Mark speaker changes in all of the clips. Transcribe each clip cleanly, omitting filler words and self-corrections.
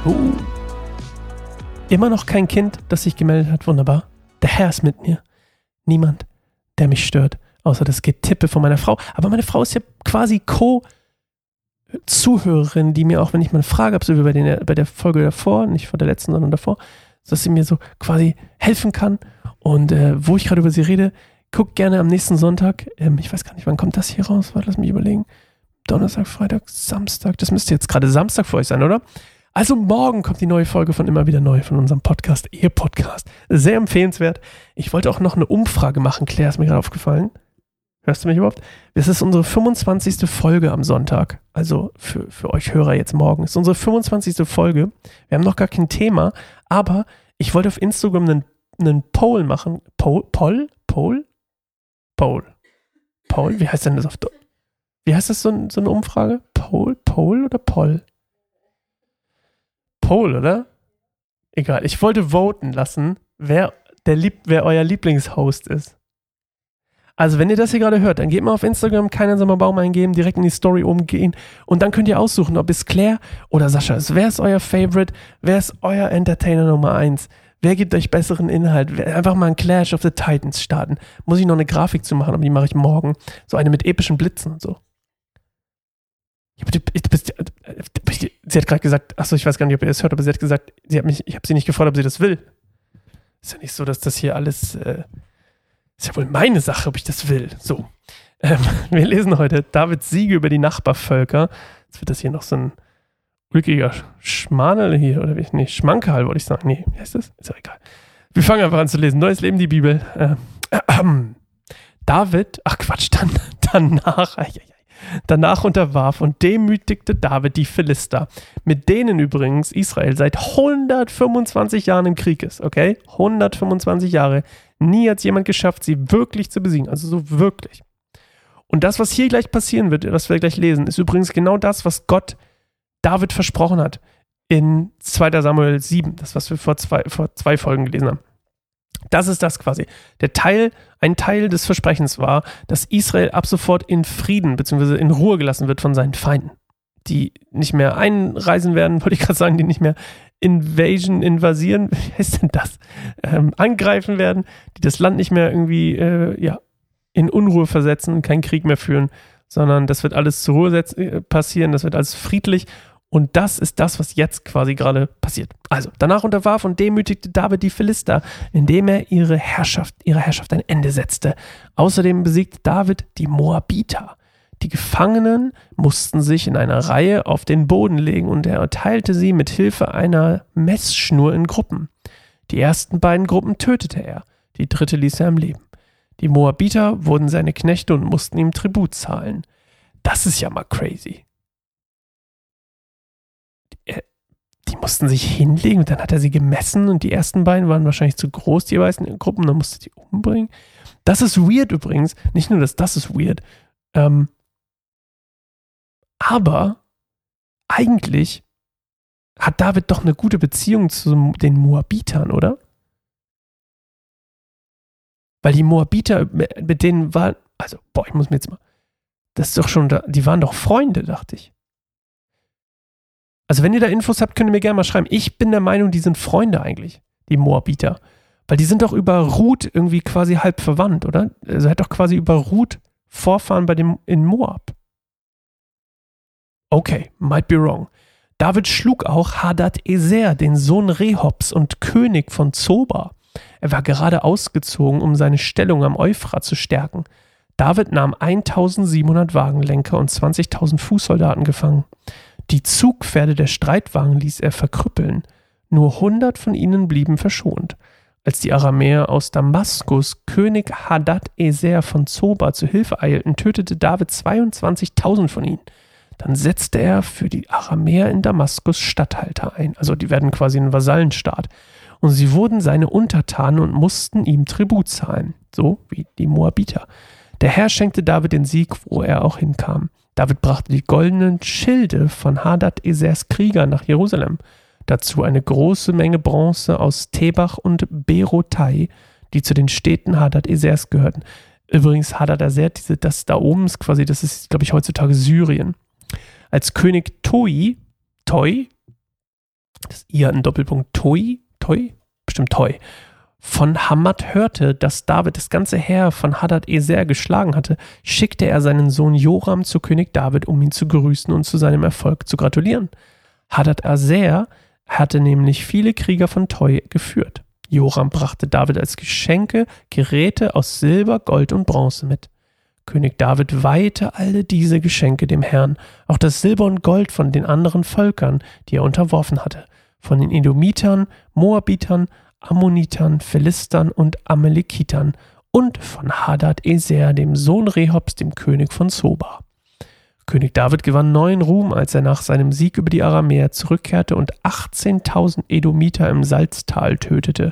Speaker 1: Immer noch kein Kind, das sich gemeldet hat. Wunderbar. Der Herr ist mit mir. Niemand, der mich stört, außer das Getippe von meiner Frau. Aber meine Frau ist ja quasi Co-Zuhörerin, die mir auch, wenn ich mal eine Frage habe, so wie bei der Folge davor, nicht vor der letzten, sondern davor, dass sie mir so quasi helfen kann. Und wo ich gerade über sie rede, guckt gerne am nächsten Sonntag. Ich weiß gar nicht, wann kommt das hier raus? Warte, lass mich überlegen. Donnerstag, Freitag, Samstag. Das müsste jetzt gerade Samstag für euch sein, oder? Also morgen kommt die neue Folge von Immer wieder neu von unserem Podcast, ihr Podcast. Sehr empfehlenswert. Ich wollte auch noch eine Umfrage machen, Claire, ist mir gerade aufgefallen. Hörst du mich überhaupt? Das ist unsere 25. Folge am Sonntag. Also für euch Hörer jetzt morgen. Das ist unsere 25. Folge. Wir haben noch gar kein Thema, aber ich wollte auf Instagram einen Poll machen. Poll? Wie heißt denn das auf Deutsch? Wie heißt das so eine Umfrage? Poll oder Poll? Poll, oder? Egal, ich wollte voten lassen, wer euer Lieblingshost ist. Also, wenn ihr das hier gerade hört, dann geht mal auf Instagram, kein einsamer Baum eingeben, direkt in die Story oben gehen und dann könnt ihr aussuchen, ob es Claire oder Sascha ist. Wer ist euer Favorite? Wer ist euer Entertainer Nummer 1? Wer gibt euch besseren Inhalt? Einfach mal ein Clash of the Titans starten. Muss ich noch eine Grafik zu machen, aber die mache ich morgen. So eine mit epischen Blitzen und so. Sie hat gerade gesagt, achso, ich weiß gar nicht, ob ihr das hört, aber sie hat gesagt, ich habe sie nicht gefragt, ob sie das will. Ist ja nicht so, dass das hier alles, ist ja wohl meine Sache, ob ich das will. So, wir lesen heute Davids Siege über die Nachbarvölker. Jetzt wird das hier noch so ein ulkiger Schmanel hier, oder wie? Nee, Schmankerl wollte ich sagen. Nee, wie heißt das? Ist ja egal. Wir fangen einfach an zu lesen. Neues Leben, die Bibel. David, danach unterwarf und demütigte David die Philister, mit denen übrigens Israel seit 125 Jahren im Krieg ist, okay? 125 Jahre. Nie hat es jemand geschafft, sie wirklich zu besiegen, also so wirklich. Und das, was hier gleich passieren wird, was wir gleich lesen, ist übrigens genau das, was Gott David versprochen hat in 2. Samuel 7, das, was wir vor zwei Folgen gelesen haben. Das ist das quasi. Ein Teil des Versprechens war, dass Israel ab sofort in Frieden bzw. in Ruhe gelassen wird von seinen Feinden, die nicht mehr einreisen werden, wollte ich gerade sagen, die nicht mehr invasieren, wie heißt denn das? Angreifen werden, die das Land nicht mehr irgendwie in Unruhe versetzen, keinen Krieg mehr führen, sondern das wird alles zur Ruhe passieren, das wird alles friedlich. Und das ist das, was jetzt quasi gerade passiert. Also, danach unterwarf und demütigte David die Philister, indem er ihrer Herrschaft ein Ende setzte. Außerdem besiegte David die Moabiter. Die Gefangenen mussten sich in einer Reihe auf den Boden legen und er teilte sie mit Hilfe einer Messschnur in Gruppen. Die ersten beiden Gruppen tötete er, die dritte ließ er am Leben. Die Moabiter wurden seine Knechte und mussten ihm Tribut zahlen. Das ist ja mal crazy. Die mussten sich hinlegen und dann hat er sie gemessen und die ersten beiden waren wahrscheinlich zu groß, die beiden Gruppen, dann musste sie umbringen. Das ist weird übrigens. Nicht nur, das ist weird. Aber eigentlich hat David doch eine gute Beziehung zu den Moabitern, oder? Weil die Moabiter, mit denen waren, ich muss mir jetzt mal, das ist doch schon, die waren doch Freunde, dachte ich. Also wenn ihr da Infos habt, könnt ihr mir gerne mal schreiben. Ich bin der Meinung, die sind Freunde eigentlich, die Moabiter. Weil die sind doch über Ruth irgendwie quasi halb verwandt, oder? Also er hat doch quasi über Ruth Vorfahren in Moab. Okay, might be wrong. David schlug auch Hadad-Ezer, den Sohn Rehobs und König von Zoba. Er war gerade ausgezogen, um seine Stellung am Euphrat zu stärken. David nahm 1700 Wagenlenker und 20.000 Fußsoldaten gefangen. Die Zugpferde der Streitwagen ließ er verkrüppeln. Nur 100 von ihnen blieben verschont. Als die Aramäer aus Damaskus König Hadad-Ezer von Zoba zu Hilfe eilten, tötete David 22.000 von ihnen. Dann setzte er für die Aramäer in Damaskus Statthalter ein. Also die werden quasi ein Vasallenstaat. Und sie wurden seine Untertanen und mussten ihm Tribut zahlen. So wie die Moabiter. Der Herr schenkte David den Sieg, wo er auch hinkam. David brachte die goldenen Schilde von Hadad-Ezers Kriegern nach Jerusalem. Dazu eine große Menge Bronze aus Tebach und Berotai, die zu den Städten Hadad-Ezers gehörten. Übrigens, Hadad-Ezer, das da oben ist quasi, das ist, glaube ich, heutzutage Syrien. Als König Toi das I hat einen Doppelpunkt, Toi, bestimmt Toi, von Hamad hörte, dass David das ganze Heer von Hadad-Ezer geschlagen hatte, schickte er seinen Sohn Joram zu König David, um ihn zu grüßen und zu seinem Erfolg zu gratulieren. Hadad-Ezer hatte nämlich viele Krieger von Toi geführt. Joram brachte David als Geschenke Geräte aus Silber, Gold und Bronze mit. König David weihte alle diese Geschenke dem Herrn, auch das Silber und Gold von den anderen Völkern, die er unterworfen hatte, von den Edomitern, Moabitern, Ammonitern, Philistern und Amalekitern und von Hadad-Ezer, dem Sohn Rehobs, dem König von Soba. König David gewann neuen Ruhm, als er nach seinem Sieg über die Aramäer zurückkehrte und 18.000 Edomiter im Salztal tötete.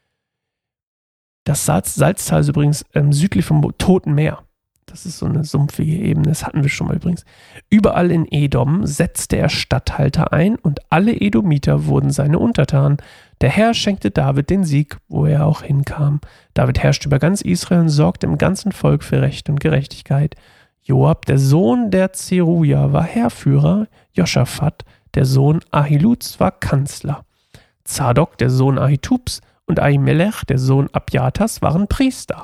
Speaker 1: Das Salztal ist übrigens südlich vom Toten Meer. Das ist so eine sumpfige Ebene, das hatten wir schon mal übrigens. Überall in Edom setzte er Statthalter ein und alle Edomiter wurden seine Untertanen. Der Herr schenkte David den Sieg, wo er auch hinkam. David herrschte über ganz Israel und sorgte im ganzen Volk für Recht und Gerechtigkeit. Joab, der Sohn der Zeruja, war Heerführer. Joschafat, der Sohn Ahiluds, war Kanzler. Zadok, der Sohn Ahitubs, und Ahimelech, der Sohn Abjatas, waren Priester.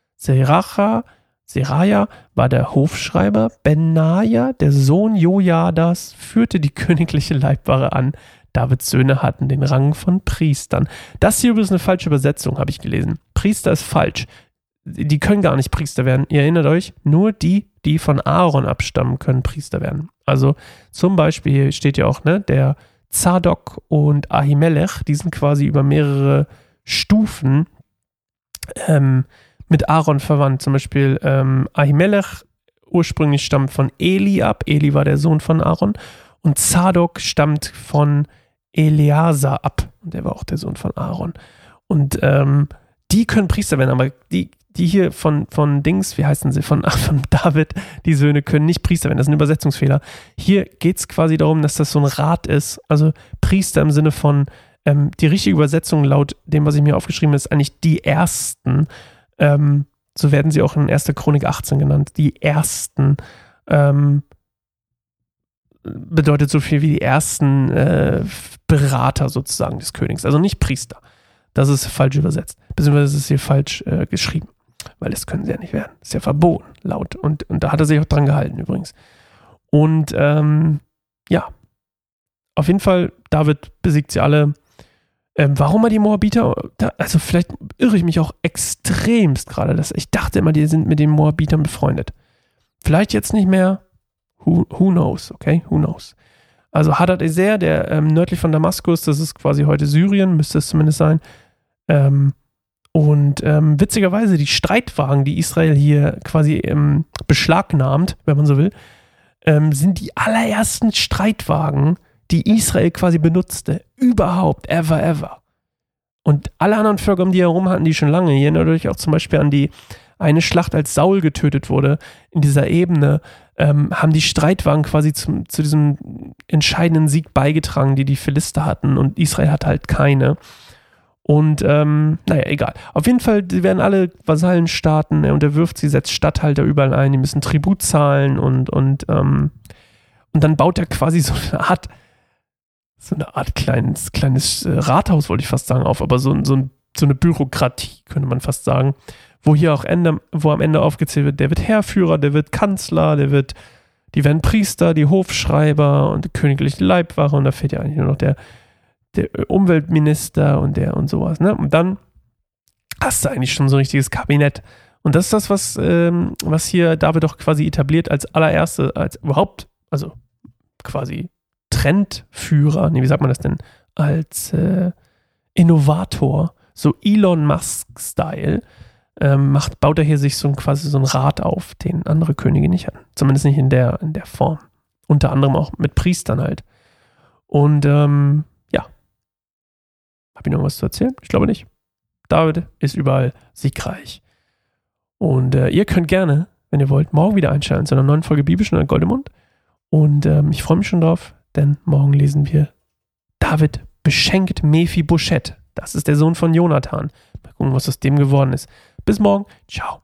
Speaker 1: Seraja war der Hofschreiber. Benaja, der Sohn Jojadas, führte die königliche Leibwache an. Davids Söhne hatten den Rang von Priestern. Das hier übrigens eine falsche Übersetzung, habe ich gelesen. Priester ist falsch. Die können gar nicht Priester werden. Ihr erinnert euch, nur die von Aaron abstammen, können Priester werden. Also zum Beispiel, hier steht ja auch, der Zadok und Ahimelech, die sind quasi über mehrere Stufen mit Aaron verwandt. Zum Beispiel Ahimelech ursprünglich stammt von Eli ab. Eli war der Sohn von Aaron. Und Zadok stammt von Eleazar ab. Und der war auch der Sohn von Aaron. Und die können Priester werden, aber die hier von Dings, wie heißen sie, von David, die Söhne können nicht Priester werden. Das ist ein Übersetzungsfehler. Hier geht es quasi darum, dass das so ein Rat ist. Also Priester im Sinne von, die richtige Übersetzung laut dem, was ich mir aufgeschrieben habe, ist eigentlich die Ersten. So werden sie auch in 1. Chronik 18 genannt. Die Ersten bedeutet so viel wie die ersten Berater sozusagen des Königs. Also nicht Priester. Das ist falsch übersetzt. Beziehungsweise ist es hier falsch geschrieben. Weil das können sie ja nicht werden. Das ist ja verboten, laut. Und da hat er sich auch dran gehalten übrigens. Und ja, auf jeden Fall, David besiegt sie alle. Warum er die Moabiter, also vielleicht irre ich mich auch extremst gerade. Ich dachte immer, die sind mit den Moabitern befreundet. Vielleicht jetzt nicht mehr. Who knows, okay? Who knows? Also Hadad-Ezer, der nördlich von Damaskus, das ist quasi heute Syrien, müsste es zumindest sein. Witzigerweise, die Streitwagen, die Israel hier quasi beschlagnahmt, wenn man so will, sind die allerersten Streitwagen, die Israel quasi benutzte. Überhaupt, ever. Und alle anderen Völker, um die herum, hatten die schon lange. Ihr erinnert euch auch zum Beispiel an die eine Schlacht, als Saul getötet wurde. In dieser Ebene haben die Streitwagen quasi zu diesem entscheidenden Sieg beigetragen, die Philister hatten. Und Israel hat halt keine. Und, naja, egal. Auf jeden Fall, die werden alle Vasallenstaaten, er unterwirft sie, setzt Statthalter überall ein, die müssen Tribut zahlen und dann baut er quasi so eine Art kleines Rathaus, wollte ich fast sagen, auf, aber so eine Bürokratie, könnte man fast sagen, wo am Ende aufgezählt wird, der wird Heerführer, der wird Kanzler, die werden Priester, die Hofschreiber und die königliche Leibwache und da fehlt ja eigentlich nur noch der Umweltminister und sowas, ne? Und dann hast du eigentlich schon so ein richtiges Kabinett. Und das ist das, was hier David doch quasi etabliert als allererste, als überhaupt, also quasi Trendführer, wie sagt man das denn? Als Innovator, so Elon Musk-Style, baut er hier sich quasi so ein Rat auf, den andere Könige nicht hatten. Zumindest nicht in der Form. Unter anderem auch mit Priestern halt. Und habe ich noch was zu erzählen? Ich glaube nicht. David ist überall siegreich. Und ihr könnt gerne, wenn ihr wollt, morgen wieder einschalten zu einer neuen Folge Bibelstunde Goldemund. Und ich freue mich schon drauf, denn morgen lesen wir David beschenkt Mephibosheth. Das ist der Sohn von Jonathan. Mal gucken, was aus dem geworden ist. Bis morgen. Ciao.